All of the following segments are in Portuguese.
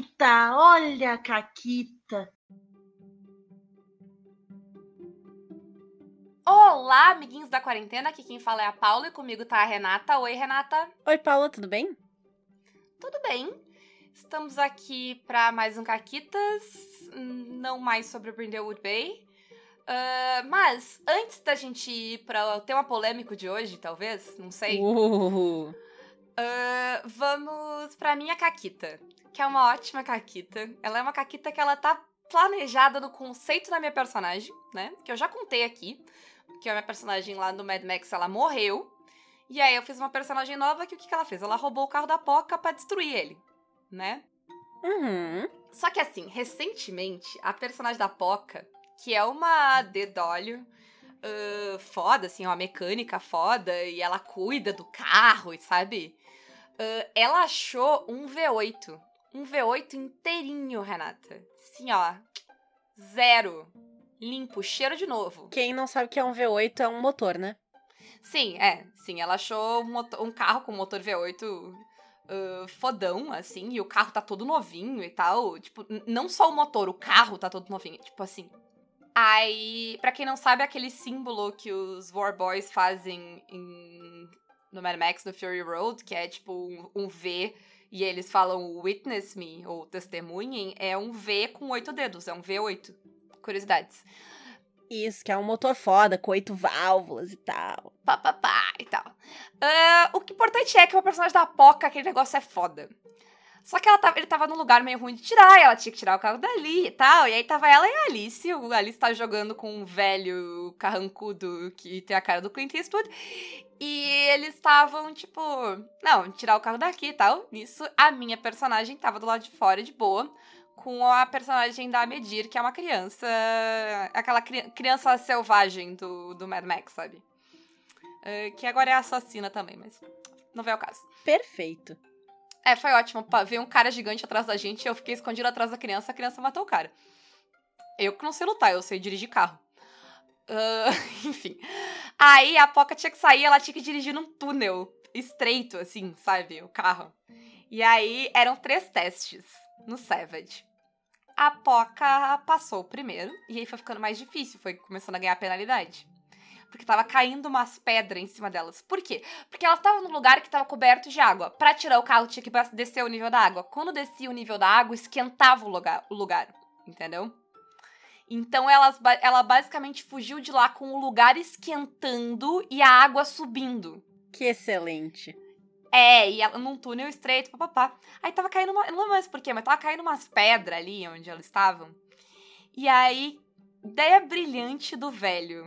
Caquita, olha a Caquita. Olá, amiguinhos da quarentena, aqui quem fala é a Paula e comigo tá a Renata. Oi, Renata. Oi, Paula, tudo bem? Tudo bem. Estamos aqui para mais um Caquitas, não mais sobre o Brindlewood Bay. Mas, antes da gente ir para o tema polêmico de hoje, talvez, não sei, vamos pra minha Caquita, que é uma ótima Caquita. Ela é uma Caquita que ela tá planejada no conceito da minha personagem, né? Que eu já contei aqui, que a minha personagem lá no Mad Max, ela morreu. E aí eu fiz uma personagem nova que o que ela fez? Ela roubou o carro da Poca pra destruir ele, né? Uhum. Só que assim, recentemente, a personagem da Poca, que é uma dedólio foda, assim, uma mecânica foda, e ela cuida do carro, sabe? Ela achou um V8. Um V8 inteirinho, Renata. Assim, ó. Zero. Limpo, cheiro de novo. Quem não sabe o que é um V8 é um motor, né? Sim, Sim, ela achou um carro com motor V8 fodão, assim, e o carro tá todo novinho e tal. Tipo, não só o motor, o carro tá todo novinho. Tipo assim. Aí, pra quem não sabe, aquele símbolo que os War Boys fazem no Mad Max, no Fury Road, que é tipo um V, e eles falam witness me, ou testemunhem, é um V com 8 dedos, é um V8. Curiosidades. Isso, que é um motor foda, com 8 válvulas e tal. Pá, e tal. O que é importante é que o personagem da Poca, aquele negócio é foda. Só que ele tava num lugar meio ruim de tirar, e ela tinha que tirar o carro dali e tal. E aí tava ela e a Alice. O Alice tá jogando com um velho carrancudo que tem a cara do Clint Eastwood. E eles estavam, tipo, não, tirar o carro daqui e tal. Nisso, a minha personagem tava do lado de fora, de boa, com a personagem da Medir, que é uma criança. Aquela criança selvagem do Mad Max, sabe? Que agora é assassina também, mas não vem ao caso. Perfeito. Foi ótimo. Veio um cara gigante atrás da gente, eu fiquei escondido atrás da criança, a criança matou o cara. Eu que não sei lutar, eu sei dirigir carro. Enfim. Aí a Poca tinha que sair, ela tinha que dirigir num túnel estreito, assim, sabe? O carro. E aí eram 3 testes no Savage. A Poca passou o primeiro, e aí foi ficando mais difícil, foi começando a ganhar penalidade. Porque tava caindo umas pedras em cima delas. Por quê? Porque elas estavam num lugar que tava coberto de água. Pra tirar o carro, tinha que descer o nível da água. Quando descia o nível da água, esquentava o lugar. Entendeu? Então, ela basicamente fugiu de lá com o lugar esquentando e a água subindo. Que excelente. E ela num túnel estreito, papapá. Aí tava caindo não lembro mais por quê, mas tava caindo umas pedras ali onde elas estavam. E aí, ideia brilhante do velho.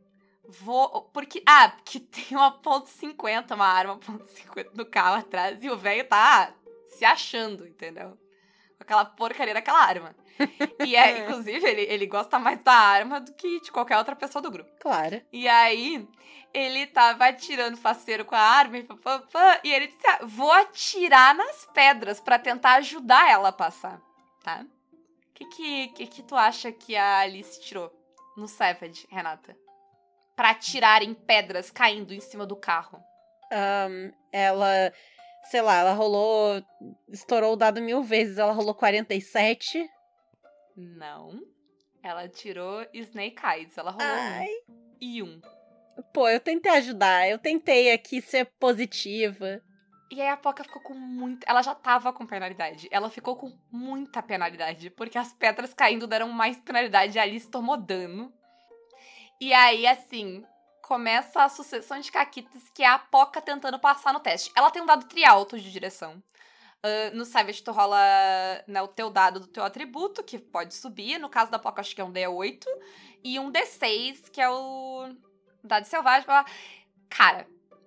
Porque tem uma .50, uma arma .50 no carro atrás, e o velho tá se achando, entendeu? Com aquela porcaria daquela arma. E inclusive, ele gosta mais da arma do que de qualquer outra pessoa do grupo. Claro. E aí, ele tava atirando faceiro com a arma, e ele disse, vou atirar nas pedras pra tentar ajudar ela a passar, tá? O que tu acha que a Alice tirou no Savage, Renata? Pra atirar em pedras caindo em cima do carro. Ela, sei lá, ela rolou, estourou o dado 1000 vezes, ela rolou 47. Não. Ela tirou Snake Eyes, ela rolou 1 e 1. Pô, eu tentei ajudar, eu tentei aqui ser positiva. E aí a Poca ficou com ela já tava com penalidade. Ela ficou com muita penalidade, porque as pedras caindo deram mais penalidade, a Alice tomou dano. E aí, assim, começa a sucessão de caquitas, que é a Poca tentando passar no teste. Ela tem um dado trialto de direção. No Savage, tu rola, né, o teu dado do teu atributo, que pode subir. No caso da Poca, acho que é um D8. E um D6, que é o dado selvagem. Cara,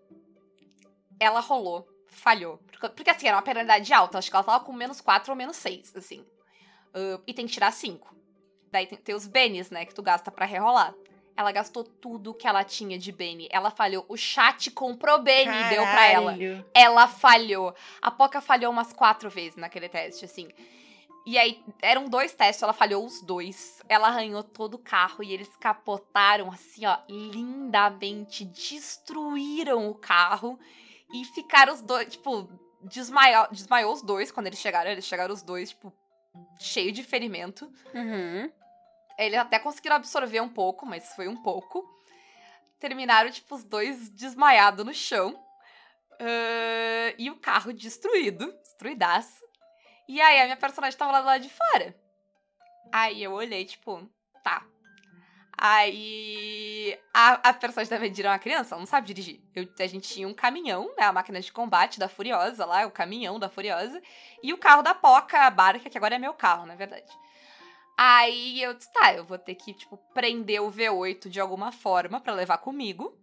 ela rolou, falhou. Porque assim, era uma penalidade alta. Acho que ela tava com -4 ou -6, assim. E tem que tirar 5. Daí tem os Bennies, né, que tu gasta pra rerolar. Ela gastou tudo que ela tinha de Benny. Ela falhou. O chat comprou Benny e deu pra ela. Ela falhou. A Poca falhou umas 4 vezes naquele teste, assim. E aí, eram 2 testes, ela falhou os 2. Ela arranhou todo o carro e eles capotaram, assim, ó, lindamente. Destruíram o carro. E ficaram os dois, tipo, desmaiou os dois quando eles chegaram. Eles chegaram os dois, tipo, cheio de ferimento. Uhum. Eles até conseguiram absorver um pouco, mas foi um pouco. Terminaram, tipo, os dois desmaiados no chão. E o carro destruidaço. E aí a minha personagem tava lá do lado de fora. Aí eu olhei, tipo, tá. Aí a personagem da Medira é uma criança, ela não sabe dirigir. A gente tinha um caminhão, né, a máquina de combate da Furiosa lá, o caminhão da Furiosa, e o carro da Poca, a Barca, que agora é meu carro, na verdade. Aí eu disse, tá, eu vou ter que, tipo, prender o V8 de alguma forma pra levar comigo.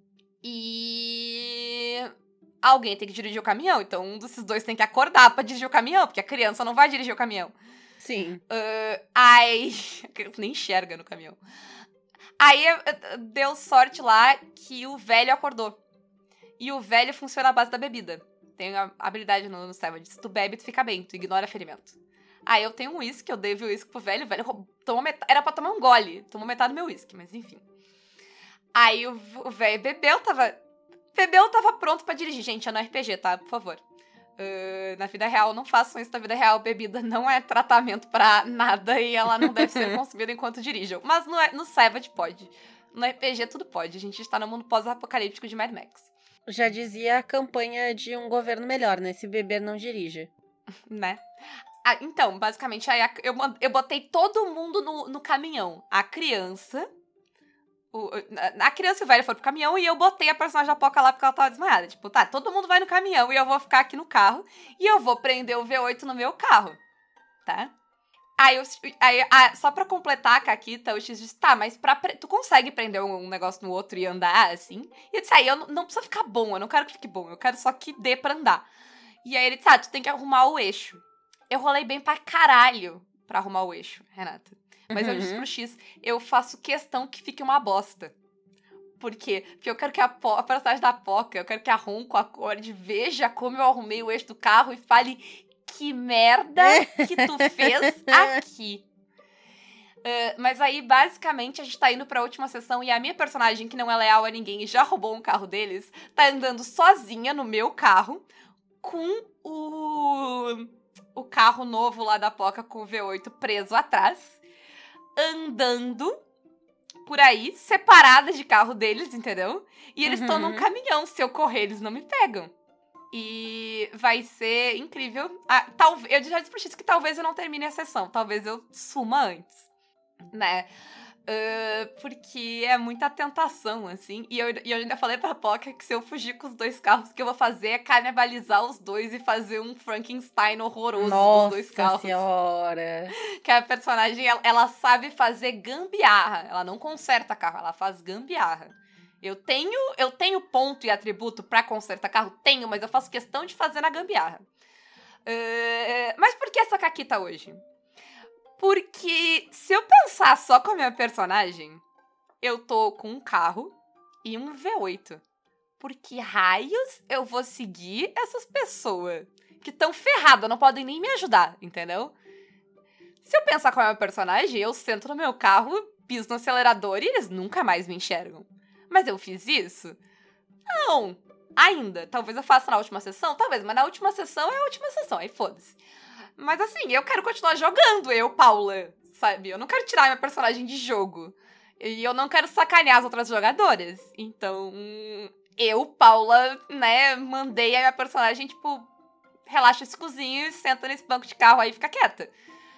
E alguém tem que dirigir o caminhão, então um desses dois tem que acordar pra dirigir o caminhão, porque a criança não vai dirigir o caminhão. Sim. Aí a criança nem enxerga no caminhão. Aí deu sorte lá que o velho acordou. E o velho funciona à base da bebida. Tem a habilidade no Savage. Se tu bebe, tu fica bem, tu ignora ferimento. Aí eu tenho um uísque, eu dei o uísque pro velho, o velho tomou metade. Era pra tomar um gole, tomou metade do meu uísque, mas enfim. Aí o velho bebeu, tava pronto pra dirigir. Gente, é no RPG, tá? Por favor. Na vida real, não façam isso. Na vida real, bebida não é tratamento pra nada e ela não deve ser consumida enquanto dirijam. Mas no Savage pode. No RPG tudo pode. A gente está no mundo pós-apocalíptico de Mad Max. Já dizia a campanha de um governo melhor, né? Se beber, não dirija. Né? Então, basicamente, aí eu botei todo mundo no caminhão. A criança... A criança e o velho foram pro caminhão e eu botei a personagem da Poca lá porque ela tava desmaiada. Tipo, tá, todo mundo vai no caminhão e eu vou ficar aqui no carro e eu vou prender o V8 no meu carro, tá? Aí só pra completar a Caquita, o X disse, tá, mas tu consegue prender um negócio no outro e andar, assim? E eu disse, aí, eu não precisa ficar bom, eu não quero que fique bom, eu quero só que dê pra andar. E aí ele disse, tu tem que arrumar o eixo. Eu rolei bem pra caralho pra arrumar o eixo, Renata. Mas eu disse pro X, eu faço questão que fique uma bosta. Por quê? Porque eu quero que a personagem da Poca, eu quero que a Ronco acorde, veja como eu arrumei o eixo do carro e fale que merda que tu fez aqui. Mas aí, basicamente, a gente tá indo pra última sessão e a minha personagem, que não é leal a ninguém e já roubou um carro deles, tá andando sozinha no meu carro com o carro novo lá da Poca com o V8 preso atrás. Andando por aí, separada de carro deles, entendeu? E eles estão num caminhão. Se eu correr, eles não me pegam. E vai ser incrível. Eu já disse pro X que talvez eu não termine a sessão. Talvez eu suma antes, né? Porque é muita tentação, assim. E eu ainda falei pra Poca que se eu fugir com os dois carros, o que eu vou fazer é canibalizar os dois e fazer um Frankenstein horroroso dos dois carros. Nossa senhora! Que a personagem, ela sabe fazer gambiarra. Ela não conserta carro, ela faz gambiarra. Eu tenho ponto e atributo pra consertar carro? Tenho, mas eu faço questão de fazer na gambiarra. Mas por que essa Caquita hoje? Porque se eu pensar só com a minha personagem, eu tô com um carro e um V8. Por que raios eu vou seguir essas pessoas que estão ferradas, não podem nem me ajudar, entendeu? Se eu pensar com a minha personagem, eu sento no meu carro, piso no acelerador e eles nunca mais me enxergam. Mas eu fiz isso? Não, ainda. Talvez eu faça na última sessão, talvez, mas na última sessão é a última sessão, aí foda-se. Mas assim, eu quero continuar jogando, Paula, sabe? Eu não quero tirar minha personagem de jogo. E eu não quero sacanear as outras jogadoras. Então, eu, Paula, né, mandei a minha personagem, tipo, relaxa esse cozinho e senta nesse banco de carro aí e fica quieta.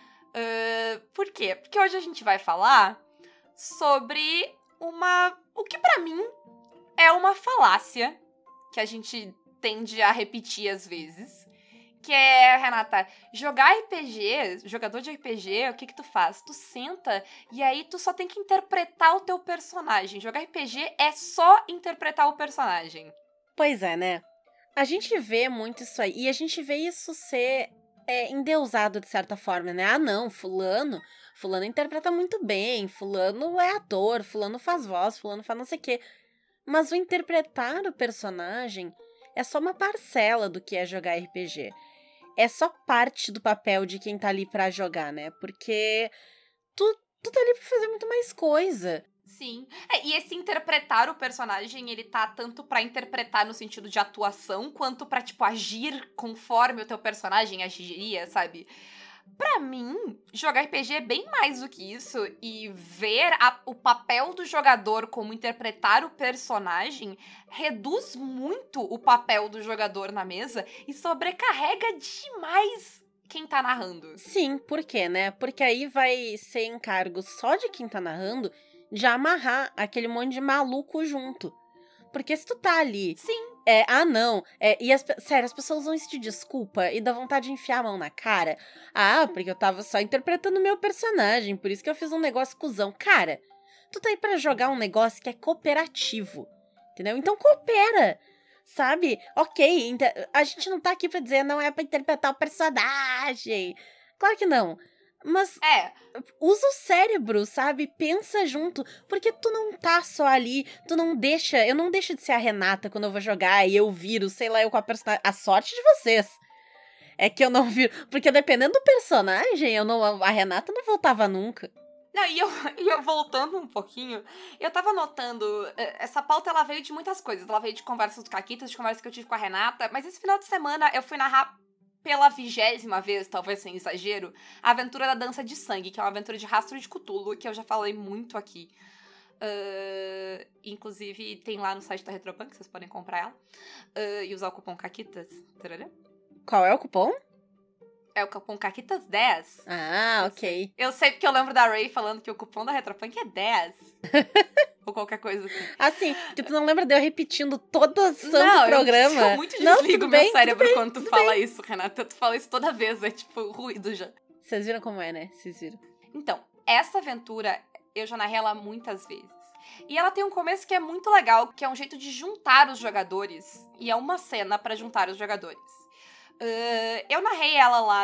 Por quê? Porque hoje a gente vai falar sobre o que pra mim é uma falácia que a gente tende a repetir às vezes. Que é, Renata, jogar RPG, jogador de RPG, o que tu faz? Tu senta e aí tu só tem que interpretar o teu personagem. Jogar RPG é só interpretar o personagem. Pois é, né? A gente vê muito isso aí. E a gente vê isso ser endeusado de certa forma, né? Ah, não, fulano interpreta muito bem, fulano é ator, fulano faz voz, fulano faz não sei o quê. Mas o interpretar o personagem é só uma parcela do que é jogar RPG. É só parte do papel de quem tá ali pra jogar, né? Porque tu tá ali pra fazer muito mais coisa. Sim. E esse interpretar o personagem, ele tá tanto pra interpretar no sentido de atuação, quanto pra, tipo, agir conforme o teu personagem agiria, sabe? Pra mim, jogar RPG é bem mais do que isso, e ver o papel do jogador como interpretar o personagem reduz muito o papel do jogador na mesa e sobrecarrega demais quem tá narrando. Sim, por quê, né? Porque aí vai ser encargo só de quem tá narrando de amarrar aquele monte de maluco junto. Porque se tu tá ali... Sim. Não. Sério, as pessoas usam isso de desculpa e dá vontade de enfiar a mão na cara. Ah, porque eu tava só interpretando o meu personagem, por isso que eu fiz um negócio cuzão. Cara, tu tá aí pra jogar um negócio que é cooperativo, entendeu? Então coopera, sabe? Ok, a gente não tá aqui pra dizer não é pra interpretar o personagem. Claro que não. Mas usa o cérebro, sabe? Pensa junto, porque tu não tá só ali, eu não deixo de ser a Renata quando eu vou jogar e eu viro, sei lá, eu com a personagem. A sorte de vocês é que eu não viro, porque dependendo do personagem, a Renata não voltava nunca. Não, e eu voltando um pouquinho, eu tava notando, essa pauta ela veio de muitas coisas, ela veio de conversas do Caquitas, de conversas que eu tive com a Renata, mas esse final de semana eu fui narrar pela 20ª vez, talvez sem exagero, a aventura da Dança de Sangue, que é uma aventura de Rastro de Cthulhu, que eu já falei muito aqui. Inclusive, tem lá no site da Retropunk, vocês podem comprar ela. E usar o cupom CAQUITAS. Qual é o cupom? É o cupom CAQUITAS10. Ah, ok. Eu sei porque eu lembro da Ray falando que o cupom da Retropunk é 10. Ou qualquer coisa assim. Assim, que tu não lembra de eu repetindo todo santo programa? Eu muito desligo meu cérebro quando tu fala isso, Renata. Tu fala isso toda vez, é tipo ruído já. Vocês viram como é, né? Vocês viram. Então, essa aventura, eu já narrei ela muitas vezes. E ela tem um começo que é muito legal, que é um jeito de juntar os jogadores. E é uma cena pra juntar os jogadores. Eu narrei ela lá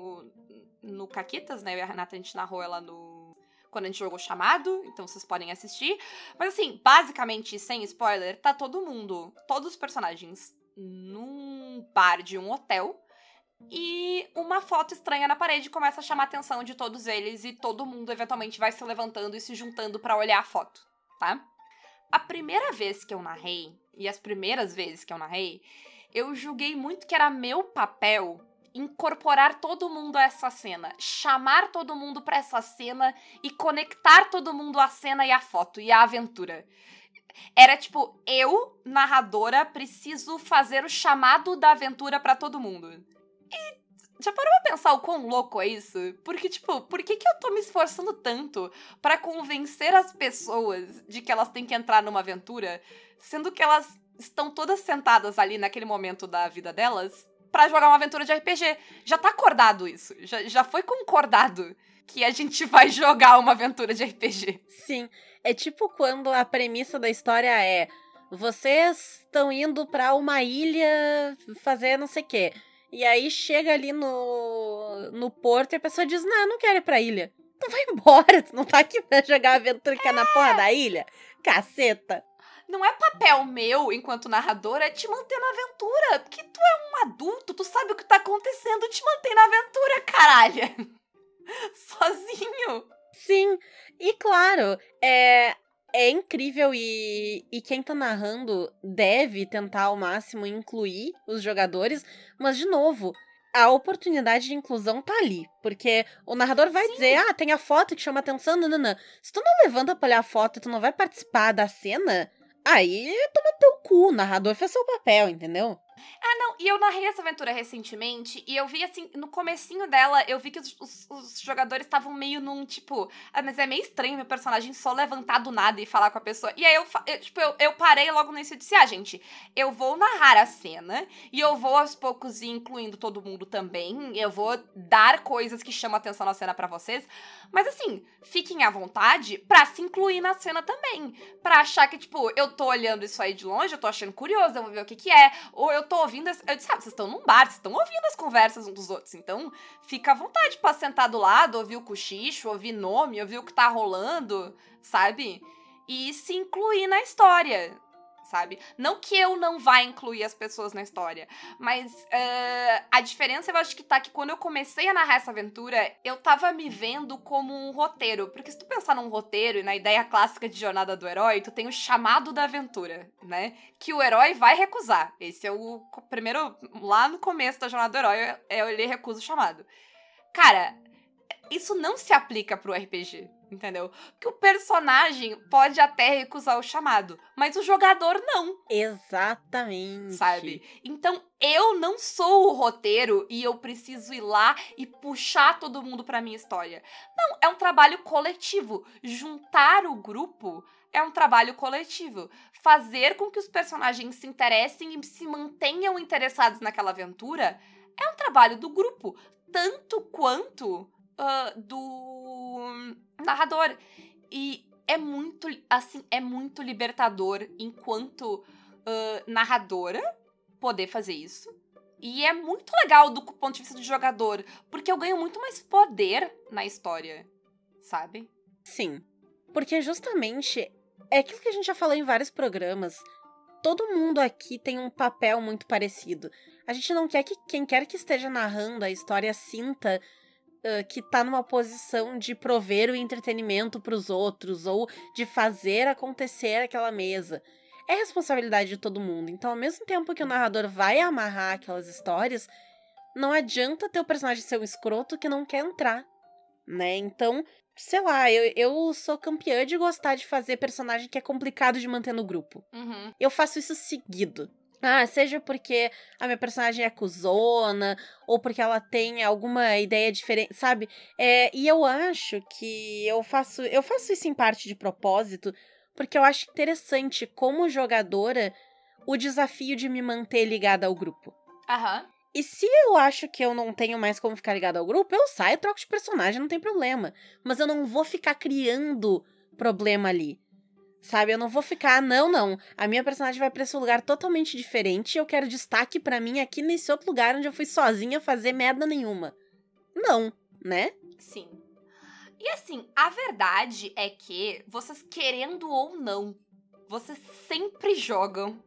no Caquitas, né? Eu e a Renata, a gente narrou ela quando a gente jogou Chamado, então vocês podem assistir. Mas assim, basicamente, sem spoiler, tá todos os personagens num bar de um hotel, e uma foto estranha na parede começa a chamar a atenção de todos eles, e todo mundo eventualmente vai se levantando e se juntando pra olhar a foto, tá? A primeira vez que eu narrei, e as primeiras vezes que eu narrei, eu julguei muito que era meu papel incorporar todo mundo a essa cena, chamar todo mundo pra essa cena e conectar todo mundo à cena e à foto e à aventura. Era tipo, eu, narradora, preciso fazer o chamado da aventura pra todo mundo. E já parou pra pensar o quão louco é isso? Porque, tipo, por que eu tô me esforçando tanto pra convencer as pessoas de que elas têm que entrar numa aventura, sendo que elas estão todas sentadas ali naquele momento da vida delas pra jogar uma aventura de RPG? Já tá acordado isso. Já foi concordado que a gente vai jogar uma aventura de RPG. Sim. É tipo quando a premissa da história é: vocês estão indo pra uma ilha fazer não sei o quê. E aí chega ali no porto e a pessoa diz: não, eu não quero ir pra ilha. Tu vai embora, tu não tá aqui pra jogar aventura que é na porra da ilha? Caceta. Não é papel meu, enquanto narradora, te manter na aventura. Porque tu é um adulto, tu sabe o que tá acontecendo, te mantém na aventura, caralho. Sozinho. Sim, e claro, é incrível e quem tá narrando deve tentar ao máximo incluir os jogadores, mas, de novo, a oportunidade de inclusão tá ali, porque o narrador vai dizer, tem a foto que chama atenção, não. Se tu não levanta pra olhar a foto e tu não vai participar da cena, aí toma teu cu, o narrador fez seu papel, entendeu? Não, e eu narrei essa aventura recentemente, e eu vi, assim, no comecinho dela, eu vi que os jogadores estavam meio num, tipo, mas é meio estranho meu personagem só levantar do nada e falar com a pessoa. E aí eu parei logo nisso e disse, gente, eu vou narrar a cena, e eu vou aos poucos ir incluindo todo mundo também, eu vou dar coisas que chamam atenção na cena pra vocês, mas assim, fiquem à vontade pra se incluir na cena também, pra achar que, tipo, eu tô olhando isso aí de longe, eu tô achando curioso, eu vou ver o que é, ou eu tô ouvindo, eu disse, vocês estão num bar, vocês estão ouvindo as conversas uns dos outros, então fica à vontade pra sentar do lado, ouvir o cochicho, ouvir nome, ouvir o que tá rolando, sabe? E se incluir na história, sabe? Não que eu não vá incluir as pessoas na história, mas a diferença eu acho que tá que quando eu comecei a narrar essa aventura, eu tava me vendo como um roteiro. Porque se tu pensar num roteiro e na ideia clássica de jornada do herói, tu tem o chamado da aventura, né? Que o herói vai recusar. Esse é o primeiro, lá no começo da jornada do herói, ele recusa o chamado. Cara, isso não se aplica pro RPG, entendeu? Porque o personagem pode até recusar o chamado, mas o jogador não. Exatamente. Sabe? Então, eu não sou o roteiro e eu preciso ir lá e puxar todo mundo pra minha história. Não, é um trabalho coletivo. Juntar o grupo é um trabalho coletivo. Fazer com que os personagens se interessem e se mantenham interessados naquela aventura é um trabalho do grupo. Tanto quanto do narrador. E é muito, assim, é muito libertador enquanto narradora poder fazer isso. E é muito legal do ponto de vista do jogador, porque eu ganho muito mais poder na história, sabe? Sim, porque justamente é aquilo que a gente já falou em vários programas. Todo mundo aqui tem um papel muito parecido. A gente não quer que quem quer que esteja narrando a história sinta que tá numa posição de prover o entretenimento pros outros ou de fazer acontecer aquela mesa. É responsabilidade de todo mundo. Então, ao mesmo tempo que o narrador vai amarrar aquelas histórias, não adianta ter o personagem ser um escroto que não quer entrar, né? Então, sei lá, eu sou campeã de gostar de fazer personagem que é complicado de manter no grupo. Uhum. Eu faço isso seguido. Seja porque a minha personagem é cuzona, ou porque ela tem alguma ideia diferente, sabe? E eu acho que eu faço isso em parte de propósito, porque eu acho interessante, como jogadora, o desafio de me manter ligada ao grupo. Aham. E se eu acho que eu não tenho mais como ficar ligada ao grupo, eu saio, troco de personagem, não tem problema. Mas eu não vou ficar criando problema ali. Sabe, eu não vou ficar, não. A minha personagem vai pra esse lugar totalmente diferente e eu quero destaque pra mim aqui nesse outro lugar onde eu fui sozinha fazer merda nenhuma. Não, né? Sim. E assim, a verdade é que, vocês querendo ou não, vocês sempre jogam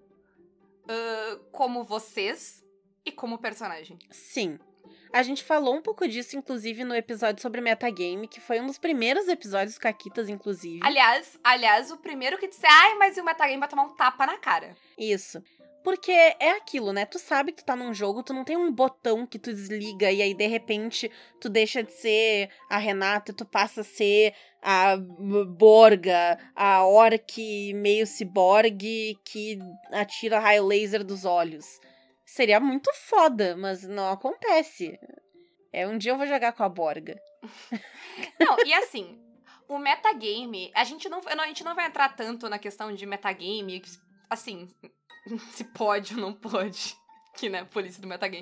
como vocês e como personagem. Sim. A gente falou um pouco disso, inclusive, no episódio sobre metagame, que foi um dos primeiros episódios caquitas, inclusive. Aliás, o primeiro que disse, mas o metagame vai tomar um tapa na cara. Isso. Porque é aquilo, né? Tu sabe que tu tá num jogo, tu não tem um botão que tu desliga e aí, de repente, tu deixa de ser a Renata e tu passa a ser a Borga, a orc meio ciborgue que atira raio laser dos olhos. Seria muito foda, mas não acontece. Um dia eu vou jogar com a Borga. Não, e assim, o metagame, a gente não vai entrar tanto na questão de metagame, assim, se pode ou não pode. Que, né, polícia do metagame.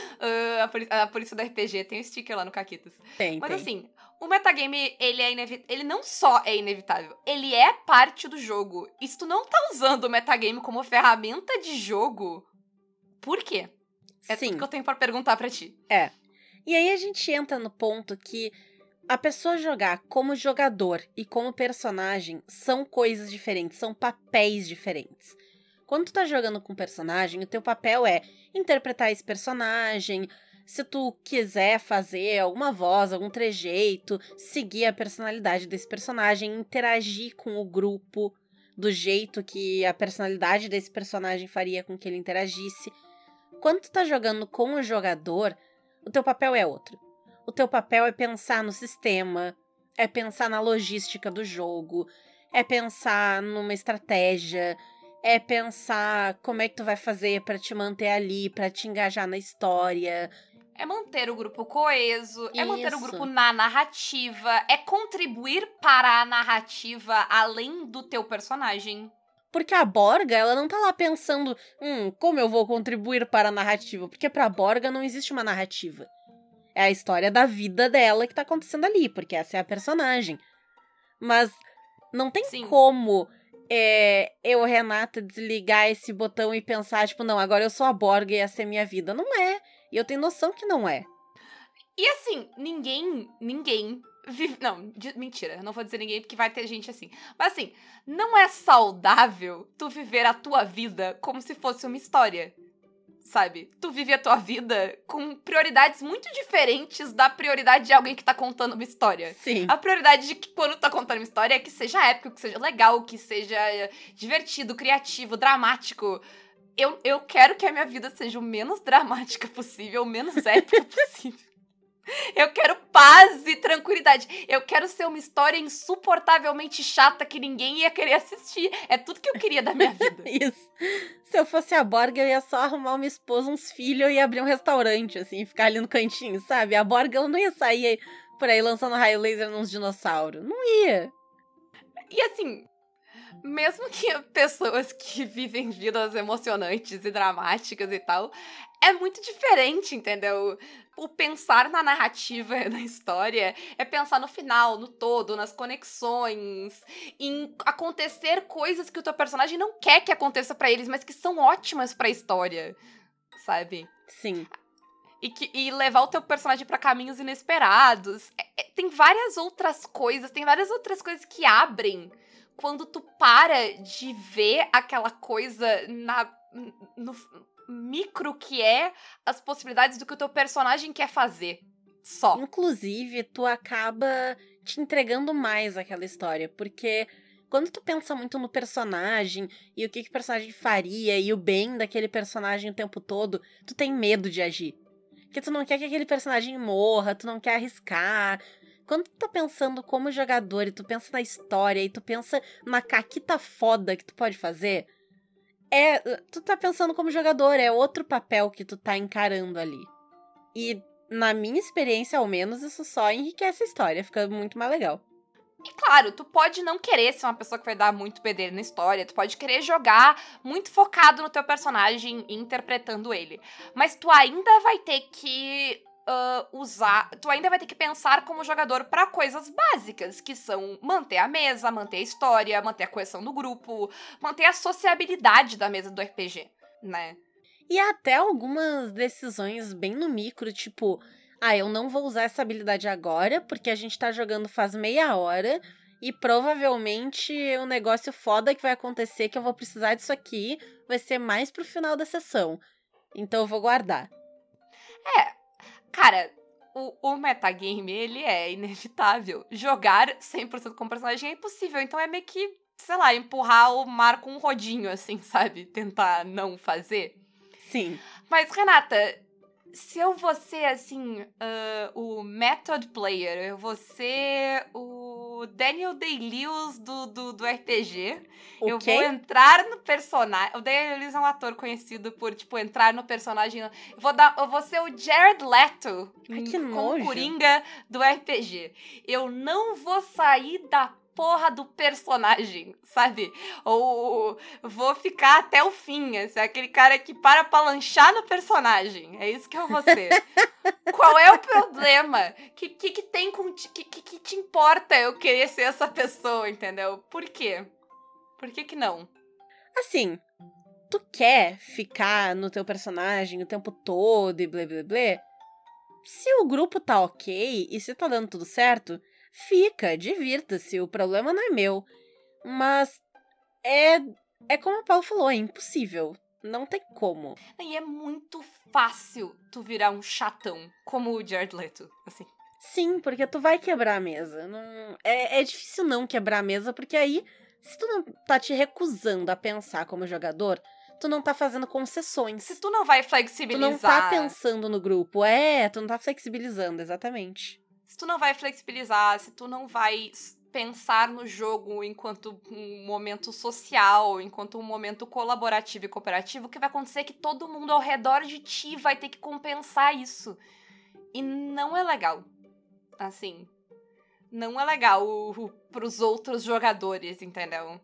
A polícia do RPG tem um sticker lá no Caquitas. Mas assim, o metagame, ele não só é inevitável, ele é parte do jogo. E se tu não tá usando o metagame como ferramenta de jogo, por quê? É Sim. tudo que eu tenho pra perguntar pra ti. E aí a gente entra no ponto que a pessoa jogar como jogador e como personagem são coisas diferentes, são papéis diferentes. Quando tu tá jogando com um personagem, o teu papel é interpretar esse personagem, se tu quiser fazer alguma voz, algum trejeito, seguir a personalidade desse personagem, interagir com o grupo do jeito que a personalidade desse personagem faria com que ele interagisse. Quando tu tá jogando com o jogador, o teu papel é outro. O teu papel é pensar no sistema, é pensar na logística do jogo, é pensar numa estratégia, é pensar como é que tu vai fazer pra te manter ali, pra te engajar na história. É manter o grupo coeso, é manter o Isso. grupo na narrativa, é contribuir para a narrativa além do teu personagem. Porque a Borga, ela não tá lá pensando, como eu vou contribuir para a narrativa? Porque pra Borga não existe uma narrativa. É a história da vida dela que tá acontecendo ali, porque essa é a personagem. Mas não tem Sim. como eu, Renata, desligar esse botão e pensar, tipo, não, agora eu sou a Borga e essa é a minha vida. Não é. E eu tenho noção que não é. E assim, ninguém Não, mentira, não vou dizer ninguém porque vai ter gente assim. Mas assim, não é saudável tu viver a tua vida como se fosse uma história, sabe? Tu vive a tua vida com prioridades muito diferentes da prioridade de alguém que tá contando uma história. Sim. A prioridade de que quando tá contando uma história é que seja épico, que seja legal, que seja divertido, criativo, dramático. Eu quero que a minha vida seja o menos dramática possível, o menos épica possível. Eu quero paz e tranquilidade. Eu quero ser uma história insuportavelmente chata que ninguém ia querer assistir. É tudo que eu queria da minha vida. Isso. Se eu fosse a Borg, eu ia só arrumar uma esposa, uns filhos e abrir um restaurante, assim, ficar ali no cantinho, sabe? A Borg, ela não ia sair por aí lançando raio laser nos dinossauros. Não ia. E assim, mesmo que pessoas que vivem vidas emocionantes e dramáticas e tal, é muito diferente, entendeu? O pensar na narrativa, na história, é pensar no final, no todo, nas conexões, em acontecer coisas que o teu personagem não quer que aconteça pra eles, mas que são ótimas pra história, sabe? Sim. E levar o teu personagem pra caminhos inesperados. Tem várias outras coisas que abrem quando tu para de ver aquela coisa no micro que é as possibilidades do que o teu personagem quer fazer. Só. Inclusive, tu acaba te entregando mais aquela história, porque quando tu pensa muito no personagem e o que o personagem faria e o bem daquele personagem o tempo todo, tu tem medo de agir. Porque tu não quer que aquele personagem morra, tu não quer arriscar. Quando tu tá pensando como jogador e tu pensa na história e tu pensa na caquita foda que tu pode fazer, tu tá pensando como jogador, é outro papel que tu tá encarando ali. E, na minha experiência, ao menos, isso só enriquece a história, fica muito mais legal. E claro, tu pode não querer ser uma pessoa que vai dar muito bedelho na história, tu pode querer jogar muito focado no teu personagem e interpretando ele. Mas tu ainda vai ter que tu ainda vai ter que pensar como jogador pra coisas básicas, que são manter a mesa, manter a história, manter a coesão do grupo, manter a sociabilidade da mesa do RPG, né? E até algumas decisões bem no micro, tipo, eu não vou usar essa habilidade agora, porque a gente tá jogando faz meia hora, e provavelmente o negócio foda que vai acontecer, que eu vou precisar disso aqui, vai ser mais pro final da sessão. Então eu vou guardar. Cara, o metagame, ele é inevitável. Jogar 100% com o personagem é impossível, então é meio que, sei lá, empurrar o mar com um rodinho, assim, sabe? Tentar não fazer. Sim. Mas, Renata, se eu vou ser, assim, o method player, eu vou ser o Daniel Day-Lewis do RPG. Eu vou entrar no personagem. O Daniel Day-Lewis é um ator conhecido por, tipo, entrar no personagem. Eu vou ser o Jared Leto como Coringa do RPG. Eu não vou sair da porra do personagem, sabe? Ou vou ficar até o fim, assim, aquele cara que para pra lanchar no personagem. É isso que eu vou ser. Qual é o problema? Que tem que te importa eu querer ser essa pessoa, entendeu? Por quê? Por que não? Assim, tu quer ficar no teu personagem o tempo todo e blá blá blá? Se o grupo tá ok e se tá dando tudo certo, fica, divirta-se, o problema não é meu. Mas é como o Paulo falou, é impossível. Não tem como. E é muito fácil tu virar um chatão, como o Jared Leto, assim. Sim, porque tu vai quebrar a mesa. É difícil não quebrar a mesa, porque aí, se tu não tá te recusando a pensar como jogador, tu não tá fazendo concessões. Se tu não vai flexibilizar... Tu não tá pensando no grupo. Tu não tá flexibilizando, exatamente. Se tu não vai flexibilizar, se tu não vai pensar no jogo enquanto um momento social, enquanto um momento colaborativo e cooperativo, o que vai acontecer é que todo mundo ao redor de ti vai ter que compensar isso. E não é legal. Assim, não é legal pros outros jogadores, entendeu?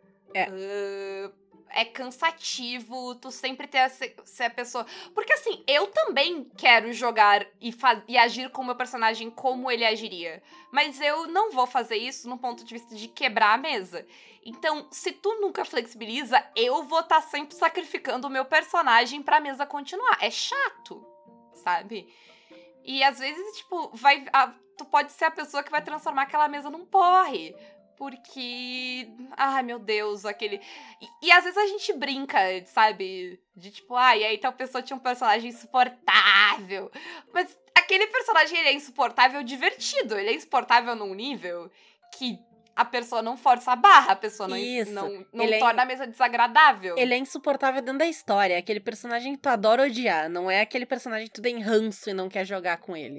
É cansativo, tu sempre ser a pessoa... Porque assim, eu também quero jogar e agir com o meu personagem como ele agiria. Mas eu não vou fazer isso no ponto de vista de quebrar a mesa. Então, se tu nunca flexibiliza, eu vou estar sempre sacrificando o meu personagem pra mesa continuar. É chato, sabe? E às vezes, tipo, tu pode ser a pessoa que vai transformar aquela mesa num porre. Porque, ai meu Deus, aquele... E às vezes a gente brinca, sabe? De tipo, e aí tal pessoa tinha um personagem insuportável. Mas aquele personagem, ele é insuportável divertido. Ele é insuportável num nível que a pessoa não força a barra, a pessoa não torna a mesa desagradável. Ele é insuportável dentro da história. É aquele personagem que tu adora odiar. Não é aquele personagem que tu tem ranço e não quer jogar com ele.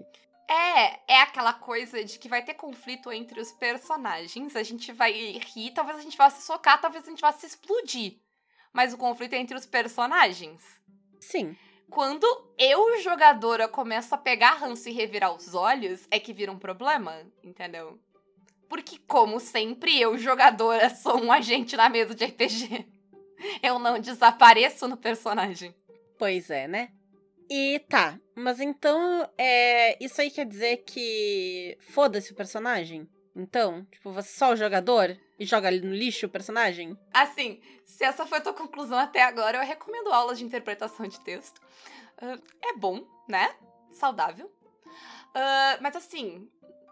É aquela coisa de que vai ter conflito entre os personagens, a gente vai rir, talvez a gente vá se socar, talvez a gente vá se explodir. Mas o conflito é entre os personagens. Sim. Quando eu, jogadora, começo a pegar ranço e revirar os olhos, é que vira um problema, entendeu? Porque, como sempre, eu, jogadora, sou um agente na mesa de RPG. Eu não desapareço no personagem. Pois é, né? E tá, mas então, isso aí quer dizer que foda-se o personagem? Então, tipo, você é só o jogador e joga ali no lixo o personagem? Assim, se essa foi a tua conclusão até agora, eu recomendo aulas de interpretação de texto. É bom, né? Saudável. Mas assim,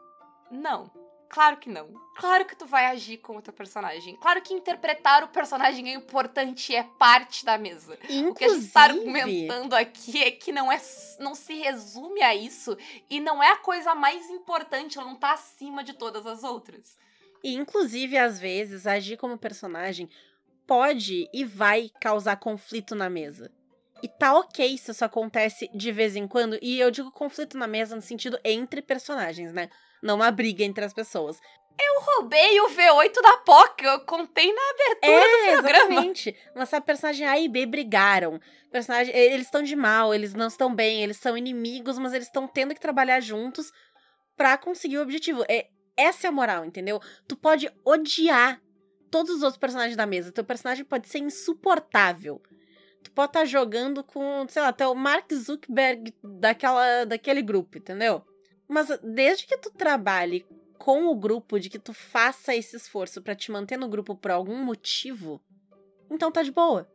não. Claro que não. Claro que tu vai agir com o teu personagem. Claro que interpretar o personagem é importante e é parte da mesa. Inclusive, o que a gente tá argumentando aqui é que não se resume a isso e não é a coisa mais importante, ela não tá acima de todas as outras. E, inclusive, às vezes, agir como personagem pode e vai causar conflito na mesa. E tá ok se isso acontece de vez em quando. E eu digo conflito na mesa no sentido entre personagens, né? Não uma briga entre as pessoas. Eu roubei o V8 da POC, eu contei na abertura do programa. Exatamente. Mas sabe, personagem A e B brigaram. Eles estão de mal, eles não estão bem, eles são inimigos, mas eles estão tendo que trabalhar juntos pra conseguir o objetivo. Essa é a moral, entendeu? Tu pode odiar todos os outros personagens da mesa. Teu personagem pode ser insuportável. Tu pode estar jogando com, sei lá, até o Mark Zuckerberg daquele grupo, entendeu? Mas desde que tu trabalhe com o grupo, de que tu faça esse esforço pra te manter no grupo por algum motivo, então tá de boa.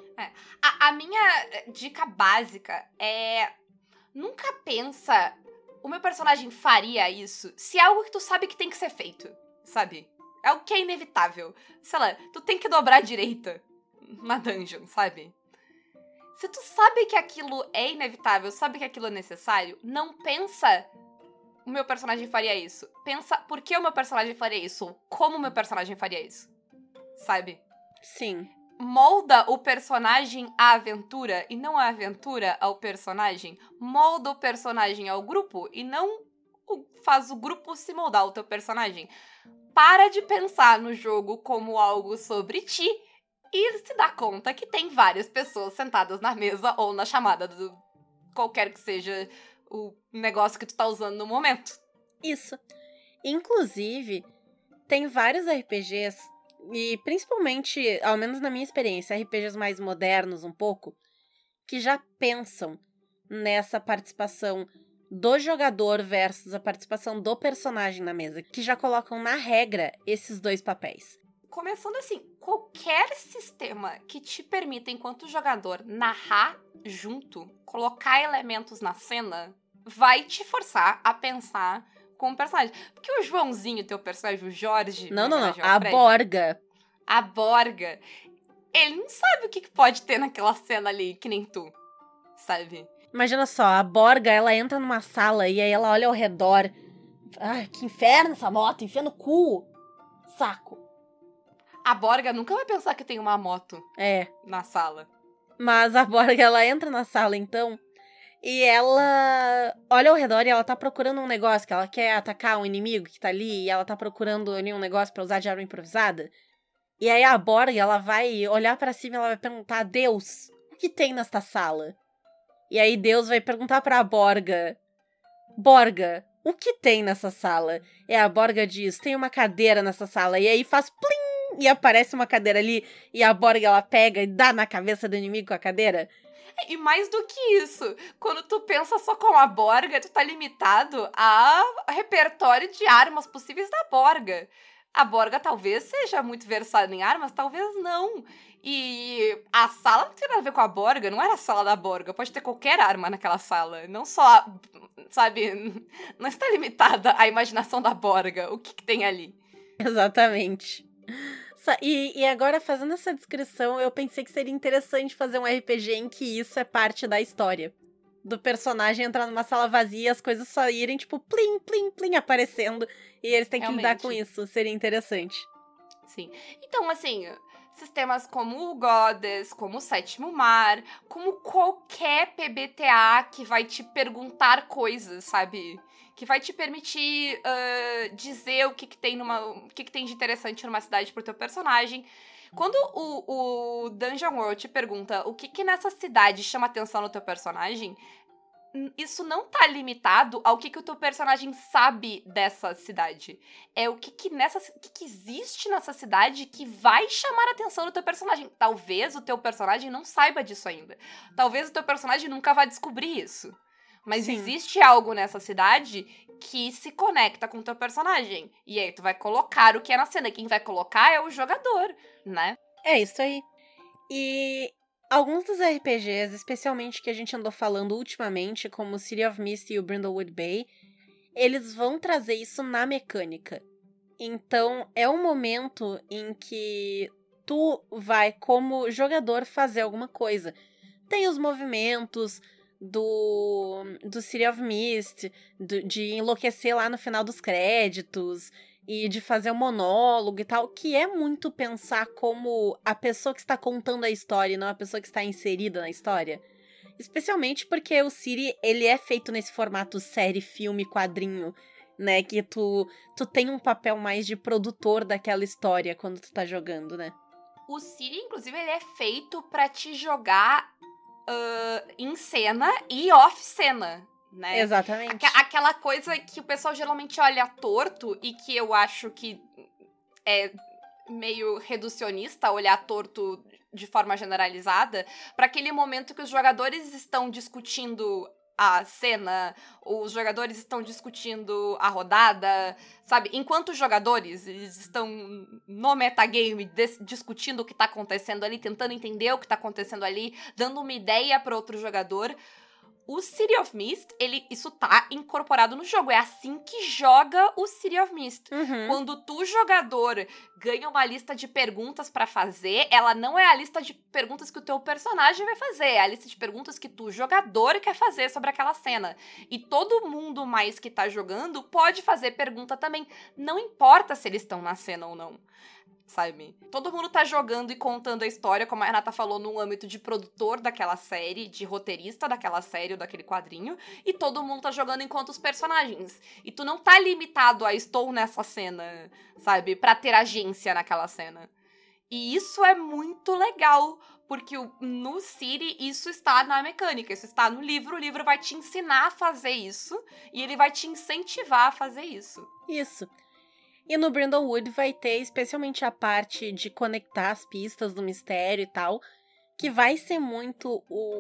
A minha dica básica é... Nunca pensa, o meu personagem faria isso, se é algo que tu sabe que tem que ser feito, sabe? É o que é inevitável. Sei lá, tu tem que dobrar a direita na dungeon, sabe? Se tu sabe que aquilo é inevitável, sabe que aquilo é necessário, não pensa... O meu personagem faria isso. Pensa por que o meu personagem faria isso. Ou como o meu personagem faria isso. Sabe? Sim. Molda o personagem à aventura e não a aventura ao personagem. Molda o personagem ao grupo e não faz o grupo se moldar ao teu personagem. Para de pensar no jogo como algo sobre ti e se dá conta que tem várias pessoas sentadas na mesa ou na chamada do qualquer que seja o negócio que tu tá usando no momento. Isso. Inclusive, tem vários RPGs, e principalmente, ao menos na minha experiência, RPGs mais modernos um pouco, que já pensam nessa participação do jogador versus a participação do personagem na mesa, que já colocam na regra esses dois papéis. Começando assim, qualquer sistema que te permita, enquanto jogador, narrar junto, colocar elementos na cena, vai te forçar a pensar com o personagem. Porque o Joãozinho, teu personagem, o Jorge... Não. A Borga. A Borga. Ele não sabe o que pode ter naquela cena ali, que nem tu, sabe? Imagina só, a Borga, ela entra numa sala e aí ela olha ao redor. Ai, que inferno essa moto, enfia no cu. Saco. A Borga nunca vai pensar que tem uma moto na sala. Mas a Borga, ela entra na sala, então, e ela olha ao redor e ela tá procurando um negócio, que ela quer atacar um inimigo que tá ali, e ela tá procurando ali um negócio pra usar de arma improvisada. E aí a Borga, ela vai olhar pra cima e ela vai perguntar: Deus, o que tem nesta sala? E aí Deus vai perguntar pra Borga: Borga, o que tem nessa sala? E a Borga diz: tem uma cadeira nessa sala. E aí faz plim! E aparece uma cadeira ali, e a Borga, ela pega e dá na cabeça do inimigo com a cadeira. E mais do que isso, quando tu pensa só com a Borga, tu tá limitado ao repertório de armas possíveis da Borga. A Borga talvez seja muito versada em armas, talvez não. E a sala não tem nada a ver com a Borga, não era a sala da Borga. Pode ter qualquer arma naquela sala. Não só, sabe, não está limitada à imaginação da Borga. O que tem ali? Exatamente. E agora, fazendo essa descrição, eu pensei que seria interessante fazer um RPG em que isso é parte da história. Do personagem entrar numa sala vazia e as coisas só irem, tipo, plim, plim, plim, aparecendo. E eles têm que lidar com isso. Seria interessante. Sim. Então, assim, sistemas como o Goddess, como o Sétimo Mar, como qualquer PBTA que vai te perguntar coisas, sabe? Que vai te permitir dizer o que tem de interessante numa cidade pro teu personagem. Quando o Dungeon World te pergunta o que nessa cidade chama atenção no teu personagem, isso não tá limitado ao que o teu personagem sabe dessa cidade. É o que existe nessa cidade que vai chamar a atenção do teu personagem. Talvez o teu personagem não saiba disso ainda. Talvez o teu personagem nunca vá descobrir isso. Mas Sim. Existe algo nessa cidade que se conecta com o teu personagem. E aí tu vai colocar o que é na cena. Quem vai colocar é o jogador, né? É isso aí. E alguns dos RPGs, especialmente que a gente andou falando ultimamente, como o City of Mist e o Brindlewood Bay, eles vão trazer isso na mecânica. Então, é um momento em que tu vai, como jogador, fazer alguma coisa. Tem os movimentos do City of Mist, de enlouquecer lá no final dos créditos, e de fazer um monólogo e tal, que é muito pensar como a pessoa que está contando a história e não a pessoa que está inserida na história. Especialmente porque o City, ele é feito nesse formato série, filme, quadrinho, né? Que tu tem um papel mais de produtor daquela história quando tu tá jogando, né? O City, inclusive, ele é feito pra te jogar em cena e off-cena, né? Exatamente. Aquela coisa que o pessoal geralmente olha torto e que eu acho que é meio reducionista olhar torto de forma generalizada, para aquele momento que os jogadores estão discutindo a cena, os jogadores estão discutindo a rodada, sabe? Enquanto os jogadores eles estão no metagame discutindo o que tá acontecendo ali, tentando entender o que tá acontecendo ali, dando uma ideia para outro jogador. O City of Mist, isso tá incorporado no jogo. É assim que joga o City of Mist. Uhum. Quando tu, jogador, ganha uma lista de perguntas pra fazer, ela não é a lista de perguntas que o teu personagem vai fazer. É a lista de perguntas que tu, jogador, quer fazer sobre aquela cena. E todo mundo mais que tá jogando pode fazer pergunta também. Não importa se eles estão na cena ou não. Sabe? Todo mundo tá jogando e contando a história, como a Renata falou, no âmbito de produtor daquela série, de roteirista daquela série ou daquele quadrinho, e todo mundo tá jogando enquanto os personagens. E tu não tá limitado a estou nessa cena, sabe? Pra ter agência naquela cena. E isso é muito legal, porque no City isso está na mecânica, isso está no livro, o livro vai te ensinar a fazer isso, e ele vai te incentivar a fazer isso. Isso. E no Brindlewood vai ter especialmente a parte de conectar as pistas do mistério e tal, que vai ser muito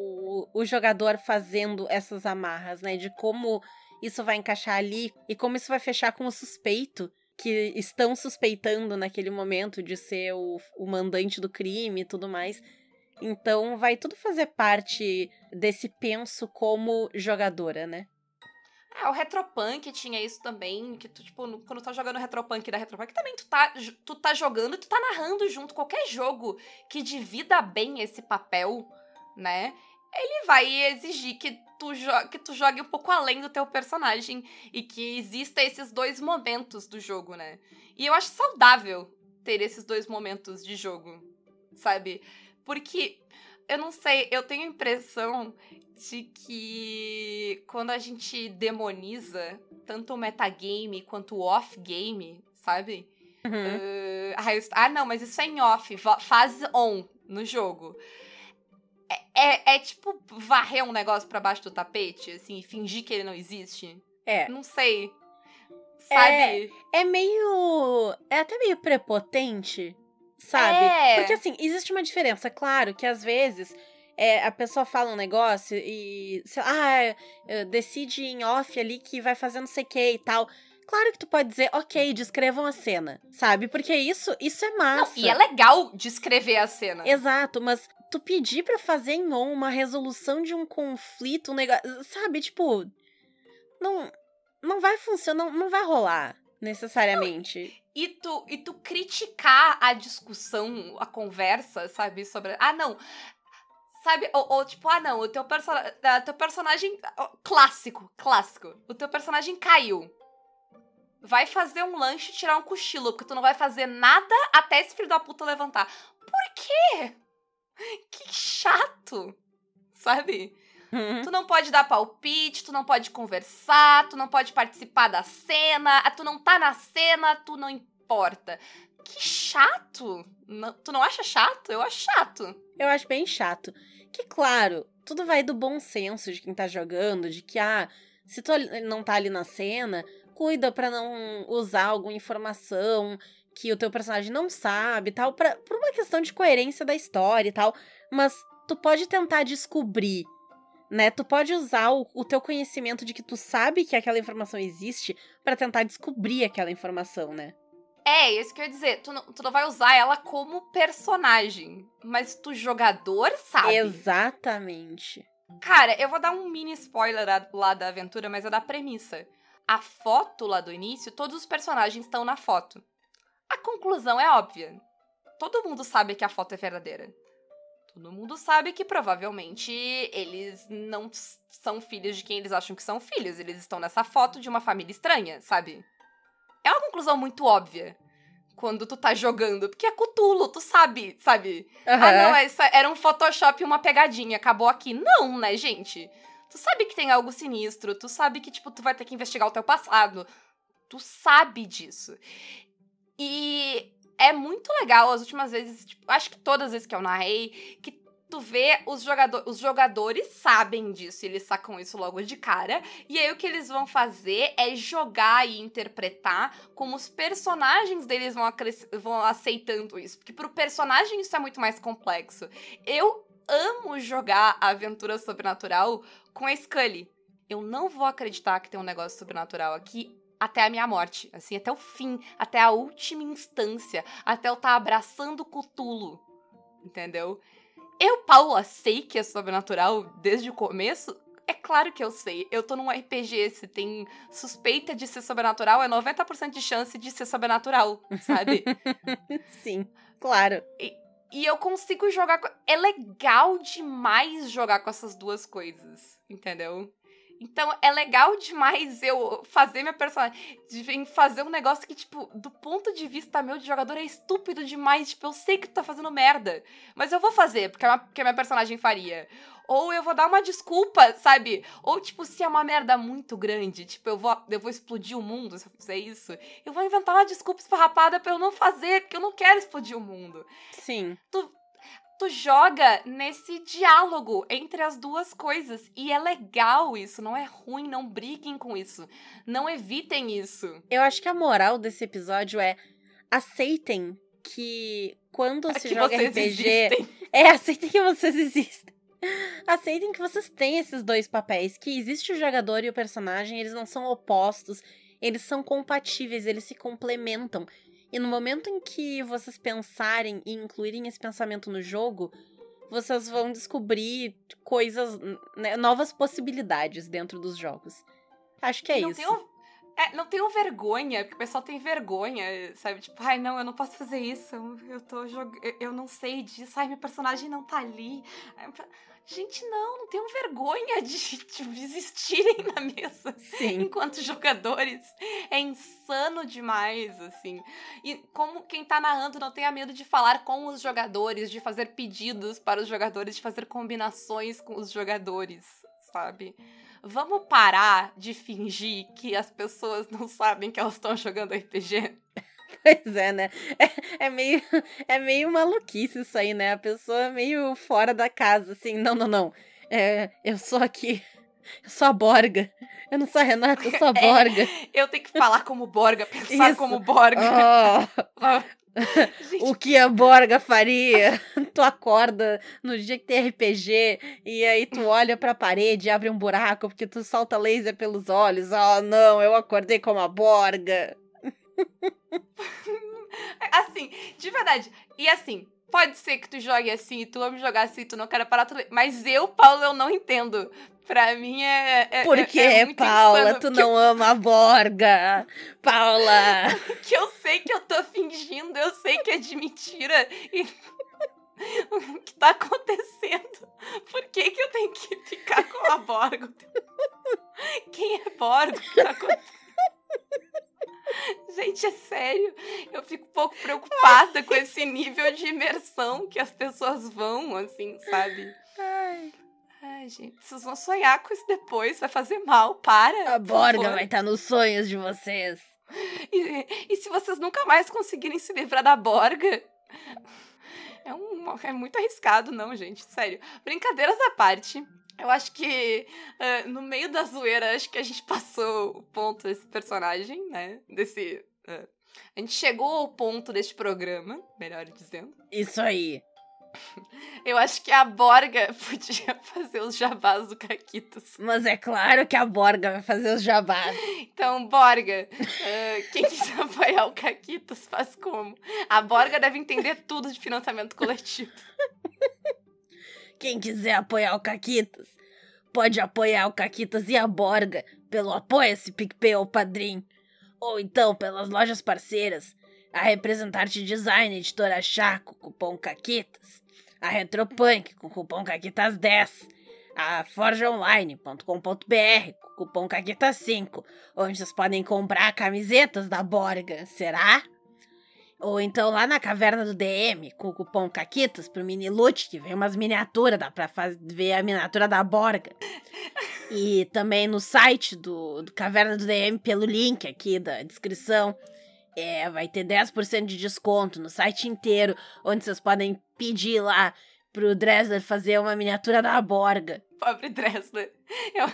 o jogador fazendo essas amarras, né? De como isso vai encaixar ali e como isso vai fechar com o suspeito, que estão suspeitando naquele momento de ser o mandante do crime e tudo mais. Então vai tudo fazer parte desse penso como jogadora, né? O Retropunk tinha isso também, que tu, tipo, quando tu tá jogando Retropunk da Retropunk, também tu tá jogando e tu tá narrando junto. Qualquer jogo que divida bem esse papel, né, ele vai exigir que tu jogue um pouco além do teu personagem e que exista esses dois momentos do jogo, né. E eu acho saudável ter esses dois momentos de jogo, sabe? Porque, eu não sei, eu tenho a impressão de que quando a gente demoniza tanto o metagame quanto o off-game, sabe? Uhum. Não, mas isso é em off, faz on no jogo. É tipo varrer um negócio pra baixo do tapete, assim, fingir que ele não existe. É. Não sei. Sabe? É até meio prepotente, sabe? É. Porque, assim, existe uma diferença. Claro que, às vezes, a pessoa fala um negócio e... decide em off ali que vai fazer não sei o que e tal. Claro que tu pode dizer, ok, descrevam a cena, sabe? Porque isso é massa. Não, e é legal descrever a cena. Exato, mas tu pedir pra fazer em on uma resolução de um conflito, um negócio, sabe? Tipo, não vai funcionar, não vai rolar, necessariamente. E tu criticar a discussão, a conversa, sabe? Sobre. Ah, não. Sabe? Ou tipo, ah, não, o teu personagem. Clássico. O teu personagem caiu. Vai fazer um lanche e tirar um cochilo, porque tu não vai fazer nada até esse filho da puta levantar. Por quê? Que chato. Sabe? Tu não pode dar palpite, tu não pode conversar, tu não pode participar da cena, tu não tá na cena, tu não importa. Que chato! Tu não acha chato? Eu acho chato. Eu acho bem chato. Que, claro, tudo vai do bom senso de quem tá jogando, de que, se tu não tá ali na cena, cuida pra não usar alguma informação que o teu personagem não sabe, tal, por uma questão de coerência da história e tal. Mas tu pode tentar descobrir, né? Tu pode usar o teu conhecimento de que tu sabe que aquela informação existe pra tentar descobrir aquela informação, né? É, isso que eu ia dizer. Tu não vai usar ela como personagem, mas tu, jogador, sabe. Exatamente. Cara, eu vou dar um mini spoiler lá da aventura, mas é da premissa. A foto lá do início, todos os personagens estão na foto. A conclusão é óbvia. Todo mundo sabe que a foto é verdadeira. Todo mundo sabe que provavelmente eles não são filhos de quem eles acham que são filhos. Eles estão nessa foto de uma família estranha, sabe? É uma conclusão muito óbvia quando tu tá jogando, porque é Cthulhu, tu sabe? Uhum. Ah, não, era um Photoshop e uma pegadinha, acabou aqui. Não, né, gente? Tu sabe que tem algo sinistro, tu sabe que, tipo, tu vai ter que investigar o teu passado. Tu sabe disso. E é muito legal as últimas vezes, tipo, acho que todas as vezes que eu narrei, que tu vê os jogadores sabem disso, eles sacam isso logo de cara, e aí o que eles vão fazer é jogar e interpretar como os personagens deles vão aceitando isso, porque pro personagem isso é muito mais complexo. Eu amo jogar a aventura sobrenatural com a Scully. Eu não vou acreditar que tem um negócio sobrenatural aqui até a minha morte, assim, até o fim, até a última instância, até eu estar abraçando Cthulhu, entendeu? Eu, Paula, sei que é sobrenatural desde o começo? É claro que eu sei. Eu tô num RPG, se tem suspeita de ser sobrenatural, é 90% de chance de ser sobrenatural, sabe? Sim, claro. E eu consigo jogar... É legal demais jogar com essas duas coisas, entendeu? Então, é legal demais eu fazer minha personagem... fazer um negócio que, tipo, do ponto de vista meu de jogador, é estúpido demais. Tipo, eu sei que tu tá fazendo merda, mas eu vou fazer, porque a minha personagem faria. Ou eu vou dar uma desculpa, sabe? Ou, tipo, se é uma merda muito grande, tipo, eu vou explodir o mundo se eu fizer isso, eu vou inventar uma desculpa esfarrapada pra eu não fazer, porque eu não quero explodir o mundo. Sim. Tu joga nesse diálogo entre as duas coisas. E é legal isso, não é ruim, não briguem com isso. Não evitem isso. Eu acho que a moral desse episódio é: aceitem que quando se que joga vocês RPG... existem. Aceitem que vocês existem. Aceitem que vocês têm esses dois papéis, que existe o jogador e o personagem, eles não são opostos, eles são compatíveis, eles se complementam. E no momento em que vocês pensarem e incluírem esse pensamento no jogo, vocês vão descobrir coisas, né, novas possibilidades dentro dos jogos. Acho que é isso. Não tenham vergonha, porque o pessoal tem vergonha, sabe? Tipo, ai, não, eu não posso fazer isso, eu não sei disso, ai, meu personagem não tá ali. Gente, não tenham vergonha de existirem na mesa. Sim. Enquanto jogadores. É insano demais, assim. E como quem tá narrando não tenha medo de falar com os jogadores, de fazer pedidos para os jogadores, de fazer combinações com os jogadores, sabe? Vamos parar de fingir que as pessoas não sabem que elas estão jogando RPG? Pois é, né? É meio maluquice isso aí, né? A pessoa meio fora da casa, assim, não. Eu sou aqui, eu sou a Borga. Eu não sou a Renata, eu sou a Borga. Eu tenho que falar como Borga, pensar Isso. como Borga. Gente, O que a Borga faria? Tu acorda no dia que tem RPG e aí tu olha pra parede e abre um buraco porque tu solta laser pelos olhos. Oh, não, eu acordei como a Borga. assim, de verdade. E assim, pode ser que tu jogue assim, e tu ame jogar assim, e tu não quer parar tudo. Mas eu, Paulo, eu não entendo. Pra mim Por que, é muito Paula, insano, tu não ama a Borga? Paula! que eu sei que eu tô fingindo, eu sei que é de mentira. E o que tá acontecendo? Por que eu tenho que ficar com a Borgo? Quem é Borgo? O que tá acontecendo? Gente, é sério. Eu fico um pouco preocupada com esse nível de imersão que as pessoas vão, assim, sabe? Ai, gente, vocês vão sonhar com isso depois, vai fazer mal, para. A Borga vai estar nos sonhos de vocês. E se vocês nunca mais conseguirem se livrar da Borga? É muito arriscado, não, gente, sério. Brincadeiras à parte, eu acho que no meio da zoeira, acho que a gente passou o ponto desse personagem, né? A gente chegou ao ponto deste programa, melhor dizendo. Isso aí. Eu acho que a Borga podia fazer os jabás do Caquitos. Mas é claro que a Borga vai fazer os jabás. Então, Borga, quem quiser apoiar o Caquitos, faz como? A Borga deve entender tudo de financiamento coletivo. Quem quiser apoiar o Caquitas, pode apoiar o Caquitas e a Borga pelo Apoia-se, PicPay ou Padrim. Ou então pelas lojas parceiras, a Representarte Design, Editora Chaco, cupom Caquitas, a Retropunk, com cupom Caquitas10, a forgeonline.com.br, com cupom Caquitas5, onde vocês podem comprar camisetas da Borga, será? Ou então lá na Caverna do DM, com o cupom Caquitas, pro mini loot, que vem umas miniaturas, dá pra ver a miniatura da Borga. E também no site do Caverna do DM, pelo link aqui da descrição, vai ter 10% de desconto no site inteiro, onde vocês podem pedir lá pro Dressler fazer uma miniatura da Borga. Pobre Dressler. Eu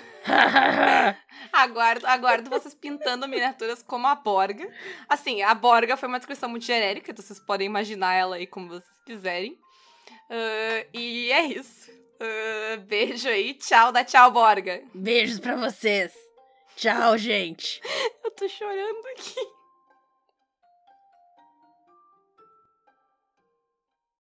aguardo vocês pintando miniaturas como a Borga. Assim, a Borga foi uma descrição muito genérica, então vocês podem imaginar ela aí como vocês quiserem. E é isso. Beijo aí, tchau, dá tchau, Borga. Beijos pra vocês. Tchau, gente. Eu tô chorando aqui.